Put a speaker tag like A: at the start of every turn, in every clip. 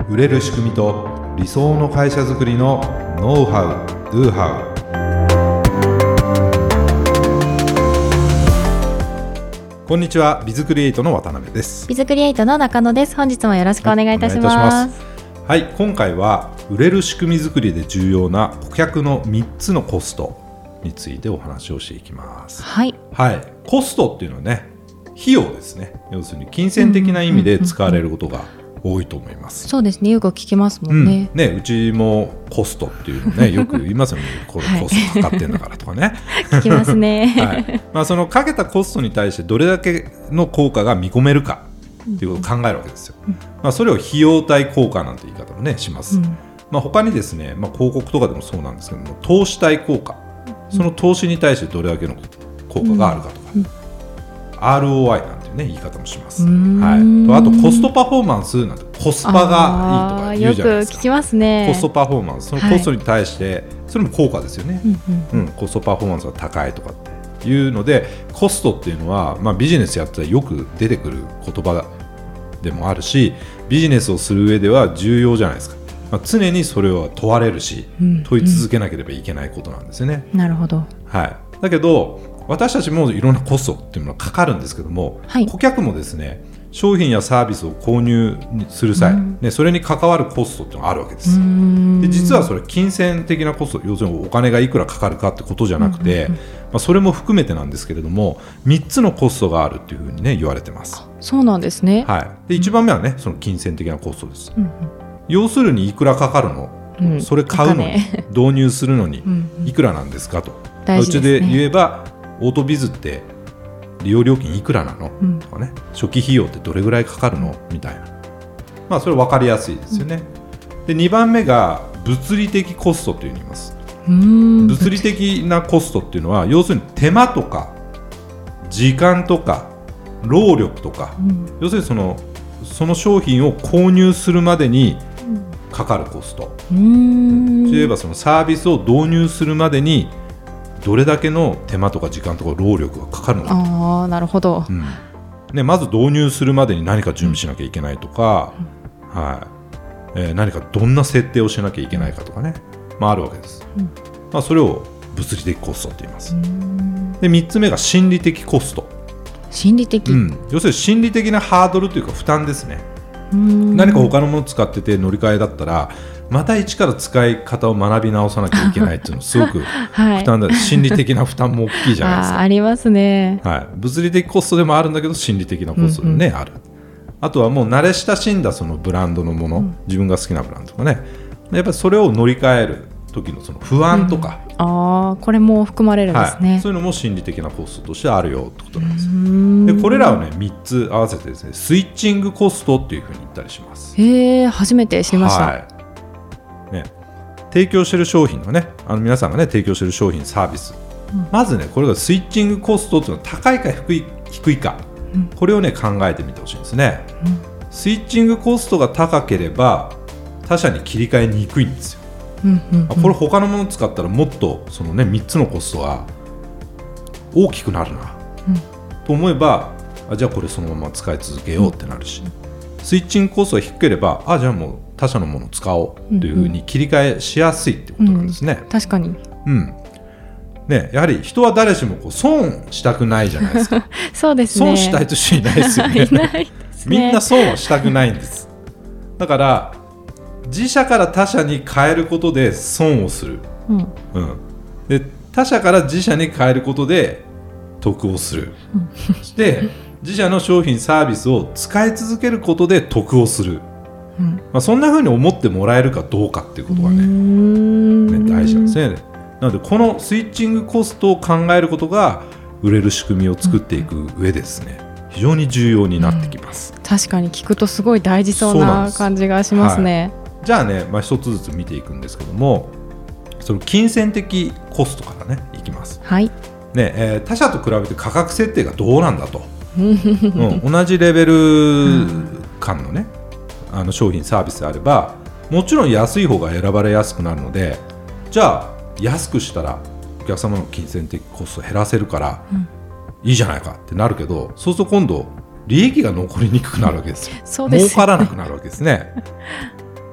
A: 売れる仕組みと理想の会社づくりのノウハウ・ドゥハウ。こんにちは、ビズクリエイトの渡辺です。
B: ビズクリエイトの中野です。本日もよろしくお願いいたします。
A: はい、今回は売れる仕組みづくりで重要な顧客の3つのコストについてお話をしていきます。
B: はい、
A: はい、コストっていうのはね、費用ですね。要するに金銭的な意味で使われることが多いと思います。
B: そうですね、よく聞きますもんね。
A: うちもコストっていうのね、よく言いますよね。これコストかかってんだからとかね。
B: 聞きますね。
A: はい、そのかけたコストに対してどれだけの効果が見込めるかっていうことを考えるわけですよ。それを費用対効果なんて言い方もねします。他にですね、広告とかでもそうなんですけども、投資対効果、その投資に対してどれだけの効果があるかとか、ROI なんていうね言い方もします。あとコストパフォーマンスなんてコスパがいいとか言うじゃないですか。
B: よく聞きますね。
A: コストパフォーマンス、そのコストに対して、それも効果ですよね。コストパフォーマンスが高いとかっていうので、コストっていうのは、ビジネスやってたらよく出てくる言葉でもあるし、ビジネスをする上では重要じゃないですか。常にそれは問われるし、問い続けなければいけないことなんですよね。
B: なるほど。
A: だけど私たちもいろんなコストっていうのがかかるんですけども、顧客もですね、商品やサービスを購入する際、それに関わるコストっていうのがあるわけです。で、実はそれ金銭的なコスト、要するにお金がいくらかかるかってことじゃなくて、それも含めてなんですけれども、3つのコストがあるっていうふうにね言われてます。
B: そうなんですね。
A: で、1番目はね、その金銭的なコストです。要するにいくらかかるの、それ買うのに導入するのにいくらなんですかと。うちで言えばオートビズって利用料金いくらなの、とかね、初期費用ってどれぐらいかかるのみたいな、それ分かりやすいですよね。で、2番目が物理的コストというのを言います。物理的なコストっていうのは、要するに手間とか時間とか労力とか、要するにその商品を購入するまでにかかるコスト。例えばそのサービスを導入するまでにどれだけの手間とか時間とか労力がかかるのか。
B: なるほど。
A: まず導入するまでに何か準備しなきゃいけないとか、何かどんな設定をしなきゃいけないかとかね、あるわけです。それを物理的コストと言います。で、3つ目が心理的コスト。
B: 心理的、
A: 要するに心理的なハードルというか負担ですね。何か他のものを使ってて乗り換えだったら、また一から使い方を学び直さなきゃいけないっていうのすごく負担だし、心理的な負担も大きいじゃないですか。
B: ありますね。
A: 物理的コストでもあるんだけど、心理的なコストでもね、ある。あとはもう慣れ親しんだそのブランドのもの、自分が好きなブランドとかね、やっぱりそれを乗り換える時のその不安とか、
B: これも含まれるんですね。
A: そういうのも心理的なコストとしてあるよってことなんですよ。で、これらをね3つ合わせてですね、スイッチングコストっていうふうに言ったりします。
B: 初めて知りました。
A: 提供している商品のね、皆さんがね提供している商品サービス、まずね、これがスイッチングコストっていうのは高いか低いか、これをね考えてみてほしいんですね。スイッチングコストが高ければ他社に切り替えにくいんですよ。これ他のものを使ったらもっとそのね3つのコストが大きくなるな、と思えば、じゃあこれそのまま使い続けようってなるし、スイッチングコストが低ければ、じゃあもう他社のものを使おうというふうに切り替えしやすいってことなんですね。
B: 確かに。
A: やはり人は誰しも損したくないじゃないですか。
B: そうですね。
A: 損したいと人いないですよね。
B: いないですね。
A: みんな損はしたくないんです。だから自社から他社に変えることで損をする、で他社から自社に変えることで得をする、そして自社の商品サービスを使い続けることで得をする、そんな風に思ってもらえるかどうかっていうことがね、大事なんですね。なのでこのスイッチングコストを考えることが売れる仕組みを作っていく上でですね、非常に重要になってきます。
B: 確かに聞くとすごい大事そうな感じがしますね。
A: じゃあね、一つずつ見ていくんですけども、その金銭的コストからねいきます。他社と比べて価格設定がどうなんだと、同じレベル感のね、商品サービスであれば、もちろん安い方が選ばれやすくなるので、じゃあ安くしたらお客様の金銭的コストを減らせるから、いいじゃないかってなるけど、そうすると今度利益が残りにくくなるわけですよ。
B: そうですね。
A: 儲からなくなるわけですね。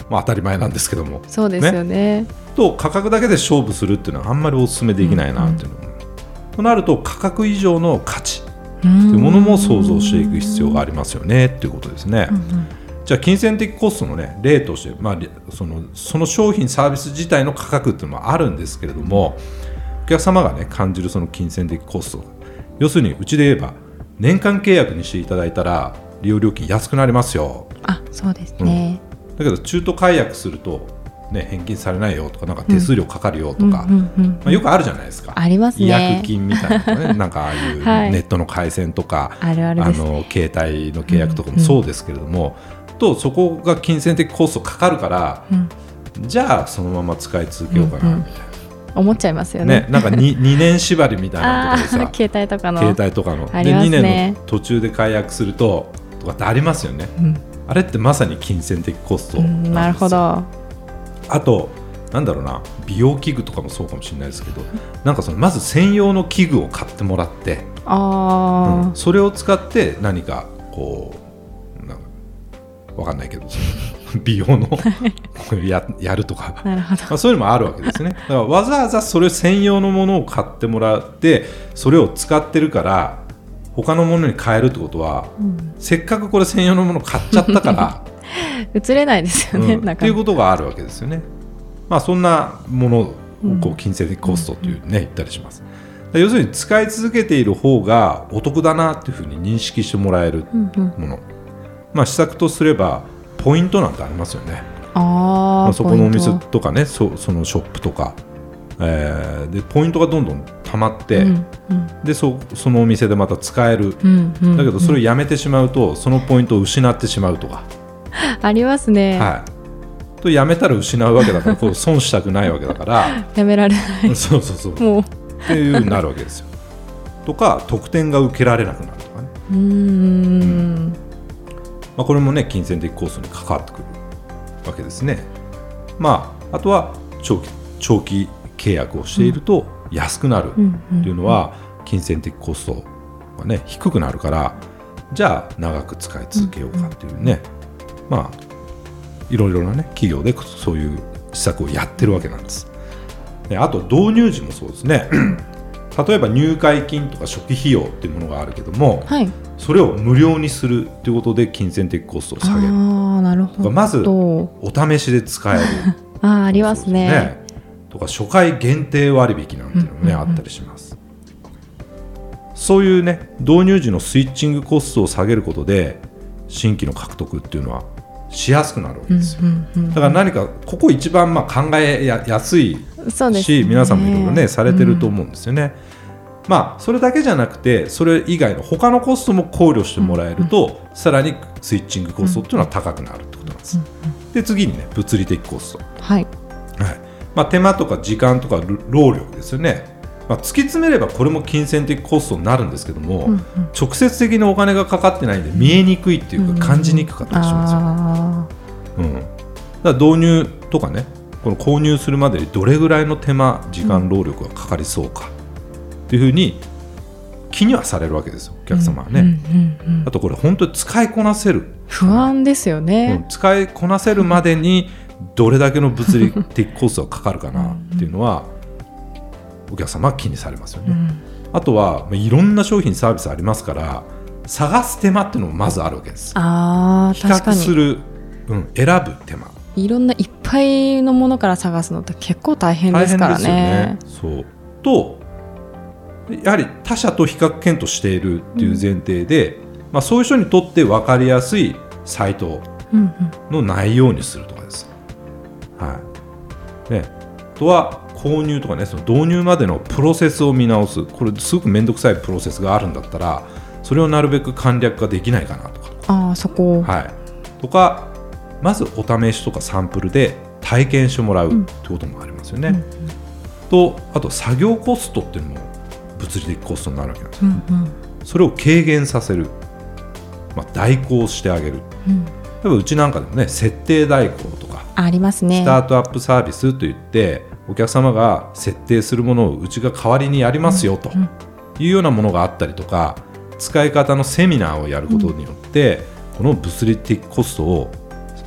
A: 当たり前なんですけども、
B: そうですよね。
A: と価格だけで勝負するっていうのはあんまりお勧めできないなっていうの、となると価格以上の価値というものも創造していく必要がありますよねっていうことですね。じゃあ金銭的コストの、ね、例として、その商品サービス自体の価格っていうのもあるんですけれども、お客様が、ね、感じるその金銭的コスト、要するにうちで言えば年間契約にしていただいたら利用料金安くなりますよ。
B: そうですね、
A: だけど中途解約すると、ね、返金されないよとか、なんか手数料かかるよとか、よくあるじゃないですか。
B: ありますね。
A: 違約金みたいな、ね、なんかああいうネットの回線とか、
B: あるですね、
A: 携帯の契約とかもそうですけれども、とそこが金銭的コストかかるから、じゃあそのまま使い続けようかなみたいな、
B: 思っちゃいますよね。
A: なんか 2年縛りみたいなのとかでさ
B: 携帯とかの
A: で2年の途中で解約するとかってありますよね、あれってまさに金銭的コストなんですよ。
B: なるほど。
A: あとなんだろうな、美容器具とかもそうかもしれないですけど、なんかまず専用の器具を買ってもらって、それを使って何かこうなんかわかんないけど美容のやるとか
B: なるほど、
A: そういうのもあるわけですね。だからわざわざそれ専用のものを買ってもらってそれを使ってるから他のものに変えるってことは、せっかくこれ専用のものを買っちゃったから
B: 移れないですよね、
A: っていうことがあるわけですよね。そんなものを金銭的コストという言ったりします。要するに使い続けている方がお得だなっていうふうに認識してもらえるもの、施策とすればポイントなんてありますよね。そこのお店とかね、そのショップとか、でポイントがどんどん溜まって、でそのお店でまた使える、だけどそれをやめてしまうとそのポイントを失ってしまうとか
B: ありますね。
A: とやめたら失うわけだからこう損したくないわけだから
B: やめられない。
A: そうもうっていう風になるわけですよ。とか特典が受けられなくなるとかね。これもね金銭的コストに関わってくるわけですね。あとは長期契約をしていると安くなるっていうのは金銭的コストがね低くなるから、じゃあ長く使い続けようかっていうね、いろいろなね企業でそういう施策をやってるわけなんです。であと導入時もそうですね例えば入会金とか初期費用っていうものがあるけども、それを無料にするということで金銭的コストを下げる。
B: なるほど。
A: まずお試しで使える
B: ありますね。
A: とか初回限定割引なんていうのもね、あったりします。そういうね導入時のスイッチングコストを下げることで新規の獲得っていうのはしやすくなるわけですよ。だから何かここ一番考えやすいし、皆さんもいろいろねされてると思うんですよね。それだけじゃなくてそれ以外の他のコストも考慮してもらえると、さらにスイッチングコストっていうのは高くなるってことなんです。で次にね物理的コスト、手間とか時間とか労力ですよね。突き詰めればこれも金銭的コストになるんですけども、直接的にお金がかかってないんで見えにくいっていうか感じにくかったりしますよ。だから導入とかね、この購入するまでにどれぐらいの手間時間労力がかかりそうかっていうふうに気にはされるわけですよ、お客様はね。あとこれ本当に使いこなせる
B: 不安ですよね。
A: 使いこなせるまでにどれだけの物理的コストがかかるかなっていうのはお客様は気にされますよね。あとはいろんな商品サービスありますから探す手間っていうのもまずあるわけです。比較する、選ぶ手間、
B: いろんないっぱいのものから探すのって結構大変ですからね。
A: そうとやはり他社と比較検討しているっていう前提で、そういう人にとって分かりやすいサイトの内容にするとかです。あとは購入とかね、その導入までのプロセスを見直す。これすごくめんどくさいプロセスがあるんだったらそれをなるべく簡略化できないかなとか、
B: そこ、
A: とかまずお試しとかサンプルで体験してもらうってこともありますよね。とあと作業コストっていうのも物理的コストになるわけなんですよ。それを軽減させる、代行してあげる。例えばうちなんかでもね設定代行とか
B: ありますね。
A: スタートアップサービスといってお客様が設定するものをうちが代わりにやりますよというようなものがあったりとか、使い方のセミナーをやることによって、この物理的コストを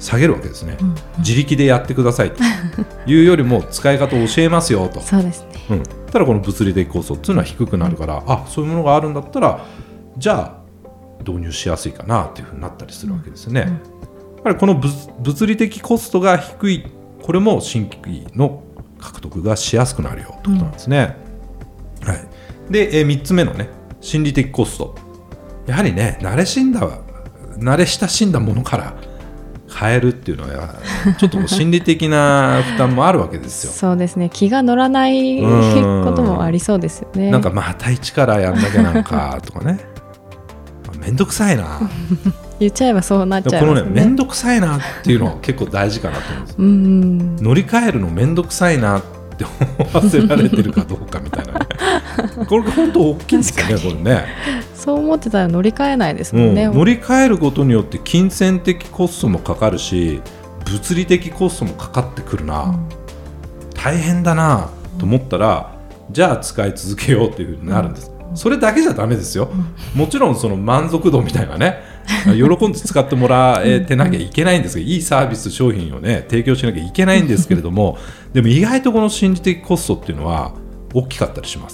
A: 下げるわけですね、自力でやってくださいというよりも使い方を教えますよと。
B: そうですね、
A: ただこの物理的コストっていうのは低くなるから、そういうものがあるんだったらじゃあ導入しやすいかなというふうになったりするわけですね、やっぱりこの物理的コストが低い、これも新規の獲得がしやすくなるよということなんですね、で、3つ目のね、心理的コスト、やはりね、慣れ親しんだものから変えるっていうのはちょっと心理的な負担もあるわけですよ。
B: そうですね、気が乗らないこともありそうですよね。
A: なんかまた一からやんなきゃなんかとかねめんどくさいな
B: 言っちゃえばそうなっちゃいますね。
A: このね、めんどくさいなっていうのは結構大事かなと思うんです乗り換えるのめんどくさいなって思わせられてるかどうかみたいな、ね、これ本当大きいんですよね、これね。
B: そう思ってたら乗り換えないですもんね、
A: 乗り換えることによって金銭的コストもかかるし、物理的コストもかかってくるな、大変だなと思ったら、じゃあ使い続けようというふうになるんです、それだけじゃダメですよ、もちろんその満足度みたいなね喜んで使ってもらえてなきゃいけないんですけど、いいサービス商品をね提供しなきゃいけないんですけれどもでも意外とこの心理的コストっていうのは大きかったりします。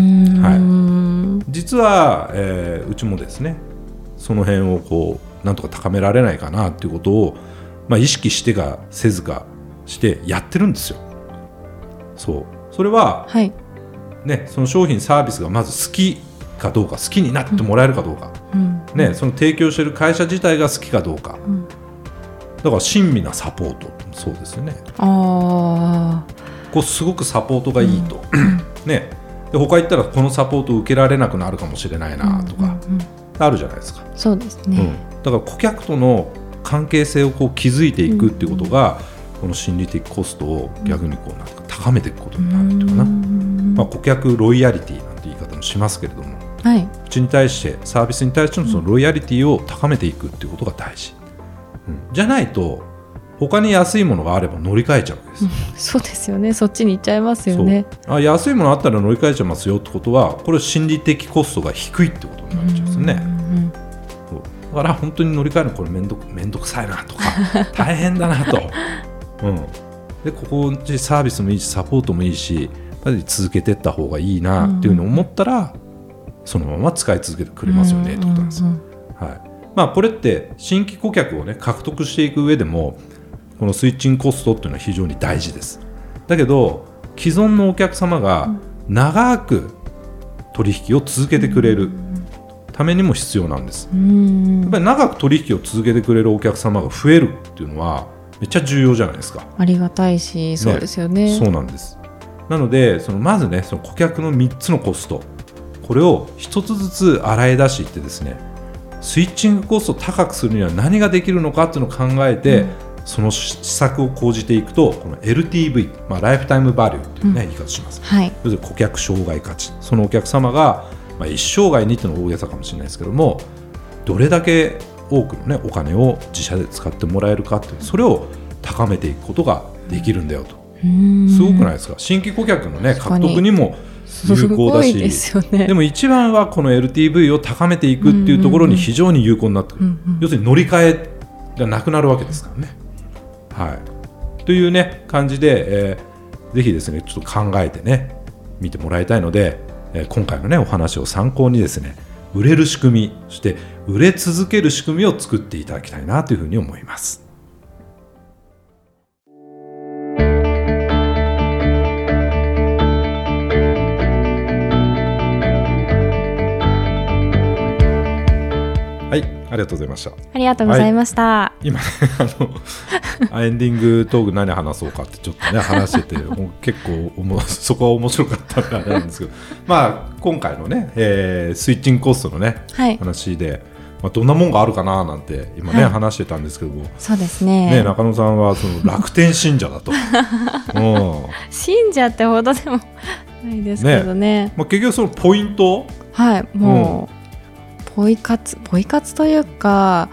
A: 実は、うちもですね、その辺をこうなんとか高められないかなっていうことを、意識してかせずかしてやってるんですよ。それは、その商品サービスがまず好きかどうか、好きになってもらえるかどうか、その提供している会社自体が好きかどうか、だから親身なサポートもそうですよね。こうすごくサポートがいいと、で他行ったらこのサポートを受けられなくなるかもしれないなとか、あるじゃないですか。
B: そうですね、
A: だから顧客との関係性をこう築いていくっていうことが、この心理的コストを逆にこうなんか高めていくことになるというかな、顧客ロイヤリティなんて言い方もしますけれども、うちに対してサービスに対してのそのロイヤリティを高めていくっていうことが大事、じゃないと他に安いものがあれば乗り換えちゃうわけです、
B: そうですよね、そっちに行っちゃいますよね。
A: 安いものあったら乗り換えちゃいますよってことは、これ心理的コストが低いってことになっちゃうんですよね。だから本当に乗り換えるのこれめんどくさいなとか大変だなと、でここでサービスもいいしサポートもいいし続けていった方がいいなっていうふうに思ったら、そのまま使い続けてくれますよねってことなんです。これって新規顧客をね獲得していく上でもこのスイッチングコストっていうのは非常に大事です。だけど既存のお客様が長く取引を続けてくれるためにも必要なんです。やっぱり長く取引を続けてくれるお客様が増えるっていうのはめっちゃ重要じゃないですか。
B: ありがたいし、そうですよね。
A: そうなんです。なのでまずね、その顧客の3つのコスト、これを1つずつ洗い出していってですね、スイッチングコストを高くするには何ができるのかっていうのを考えて、その施策を講じていくと、この LTV、ライフタイムバリューという、言い方します。要するに顧客生涯価値、そのお客様が、一生涯にというのは大げさかもしれないですけども、どれだけ多くの、ね、お金を自社で使ってもらえるかという、それを高めていくことができるんだよと。すごくないですか。新規顧客の、ね、獲得にも有効だし、
B: ですよね。
A: でも一番はこの LTV を高めていくっていうところに非常に有効になってくる、要するに乗り換えがなくなるわけですからね。という、ね、感じで、ぜひですねちょっと考えてね見てもらいたいので、今回の、ね、お話を参考にですね、売れる仕組み、そして売れ続ける仕組みを作っていただきたいなというふうに思います。ありがとうございました。
B: ありがとうございました。
A: 今ねエンディングトーク何話そうかってちょっとね話しててもう結構そこは面白かったんなんですけど今回のね、スイッチングコストのね、話で、どんなもんがあるかななんて今ね、話してたんですけども、
B: そうですね。
A: 中野さんはその楽天信者だと
B: 信者ってほどでもないですけどね。
A: 結局そのポイント、
B: もうポイ活というか、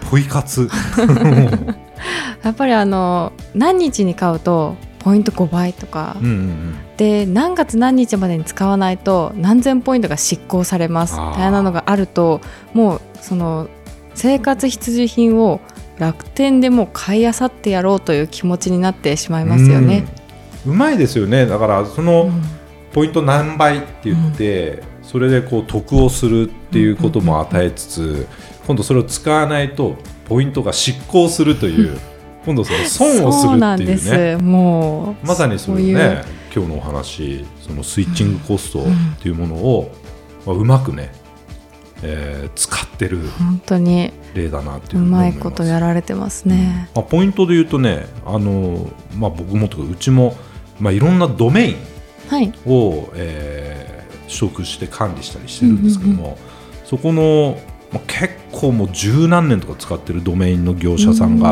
B: やっぱり何日に買うとポイント5倍とか、で何月何日までに使わないと何千ポイントが失効されますみたいなのがあると、もうその生活必需品を楽天でもう買い漁ってやろうという気持ちになってしまいますよね。
A: うまいですよね。だからそのポイント何倍って言って、それでこう得をするっていうことも与えつつ、今度それを使わないとポイントが失効するという今度その損をするっていうね。そうなんです。
B: もう
A: まさにそれね、今日のお話、そのスイッチングコストっていうものを、うまくね、使ってる
B: 本当に
A: 例だなっていう
B: うまいことやられてますね。
A: ポイントで言うとね、僕もとかうちも、いろんなドメインを、取得して管理したりしてるんですけども、そこの、結構もう十何年とか使ってるドメインの業者さんがあって、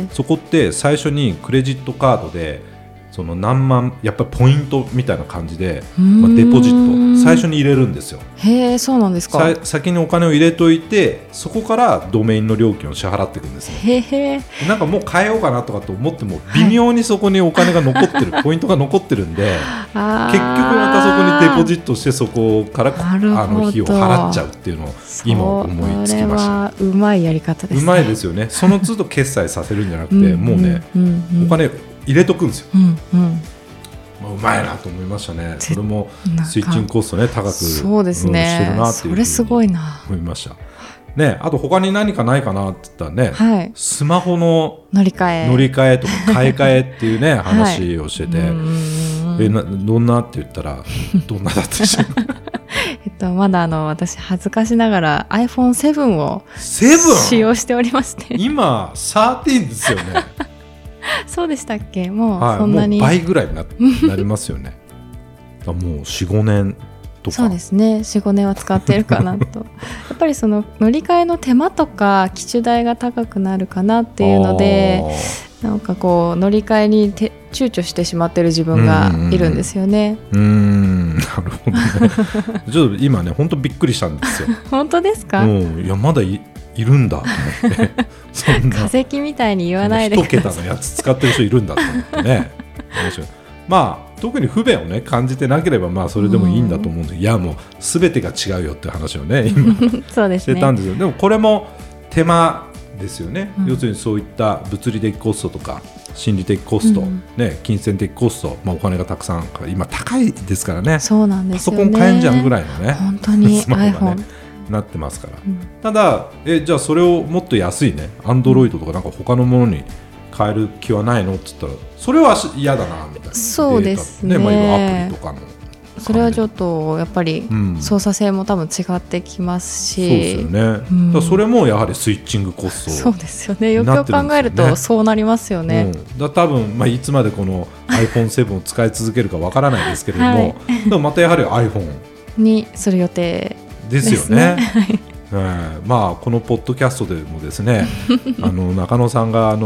A: そこって最初にクレジットカードでその何万やっぱりポイントみたいな感じで、デポジット最初に入れるんですよ。
B: へー、そうなんですか。
A: 先にお金を入れといて、そこからドメインの料金を支払っていくんですよ。
B: へー。
A: なんかもう変えようかなとかと思っても微妙にそこにお金が残ってる、ポイントが残ってるんで結局またそこにデポジットしてそこから費用を払っちゃうっていうのを今思いつきました。
B: それはうまいやり方ですね。
A: うまいですよね。その都度決済させるんじゃなくてもうね、お金入れとくんですよ。うまいなと思いましたね。それもスイッチングコストね、高く
B: そうですね、
A: してるなっていうふうに
B: それすごいな
A: 思いましたね。あと他に何かないかなって言ったらね、スマホの乗り換えとか買い替えっていうね話をしてて、どんなって言ったらどんなだったでしょう
B: まだ私恥ずかしながら iPhone7 を使用しておりまして、
A: 今13ですよね
B: そうでしたっけ。もうそんなに、
A: もう倍ぐらいに なりますよねもう 4,5 年とか。
B: そうですね、 4,5 年は使ってるかなとやっぱりその乗り換えの手間とか機種代が高くなるかなっていうので、なんかこう乗り換えに躊躇してしまってる自分がいるんですよね。
A: なるほどねちょっと今ね本当びっくりしたんですよ
B: 本当ですか。
A: いやまだいるんだと思ってそんな
B: 化石みたいに言わないでください。
A: 1桁のやつ使ってる人いるんだと思ってね特に不便をね感じてなければそれでもいいんだと思うんで、いやもう全てが違うよっていう話をね今
B: そうですね、
A: してたんですよ。でもこれも手間ですよね、要するにそういった物理的コストとか心理的コスト、金銭的コスト、お金がたくさん今高いですからね。
B: そうなんですよね。
A: パソコン買えんじゃんぐらいのね
B: 本当に
A: スマホがねなってますから、ただじゃあそれをもっと安いね Android とかなんか他のものに変える気はないのって言ったらそれは嫌だなみたいな。
B: そうですね、
A: いろいろアプリとかの
B: それはちょっとやっぱり操作性も多分違ってきますし、
A: そうですよね、だそれもやはりスイッチングコスト、
B: そうですよね、よくよく考えるとそうなりますよね。
A: だ多分、いつまでこの iPhone7 を使い続けるかわからないですけれども、でもまたやはり iPhone
B: にする予定
A: ですよね。このポッドキャストでもですね中野さんが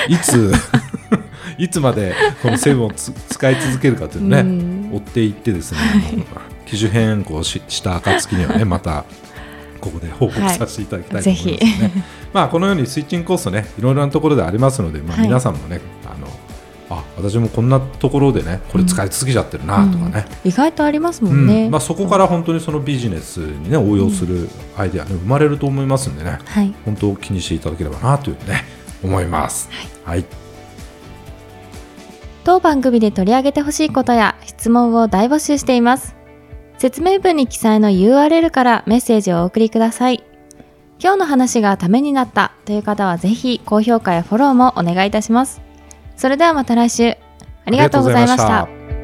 A: いつまでこの7を使い続けるかというのをね追っていってですね機種変更した暁にはねまたここで報告させていただきたいと思いますね。このようにスイッチングコストねいろいろなところでありますので、皆さんもね私もこんなところでねこれ使い続けちゃってるなとかね、
B: 意外とありますもんね。
A: そこから本当にそのビジネスにね応用するアイデアね生まれると思いますんでね、本当気にしていただければなというね思います。
B: 当番組で取り上げてほしいことや質問を大募集しています。説明文に記載の URL からメッセージをお送りください。今日の話がためになったという方はぜひ高評価やフォローもお願いいたします。それではまた来週。ありがとうございました。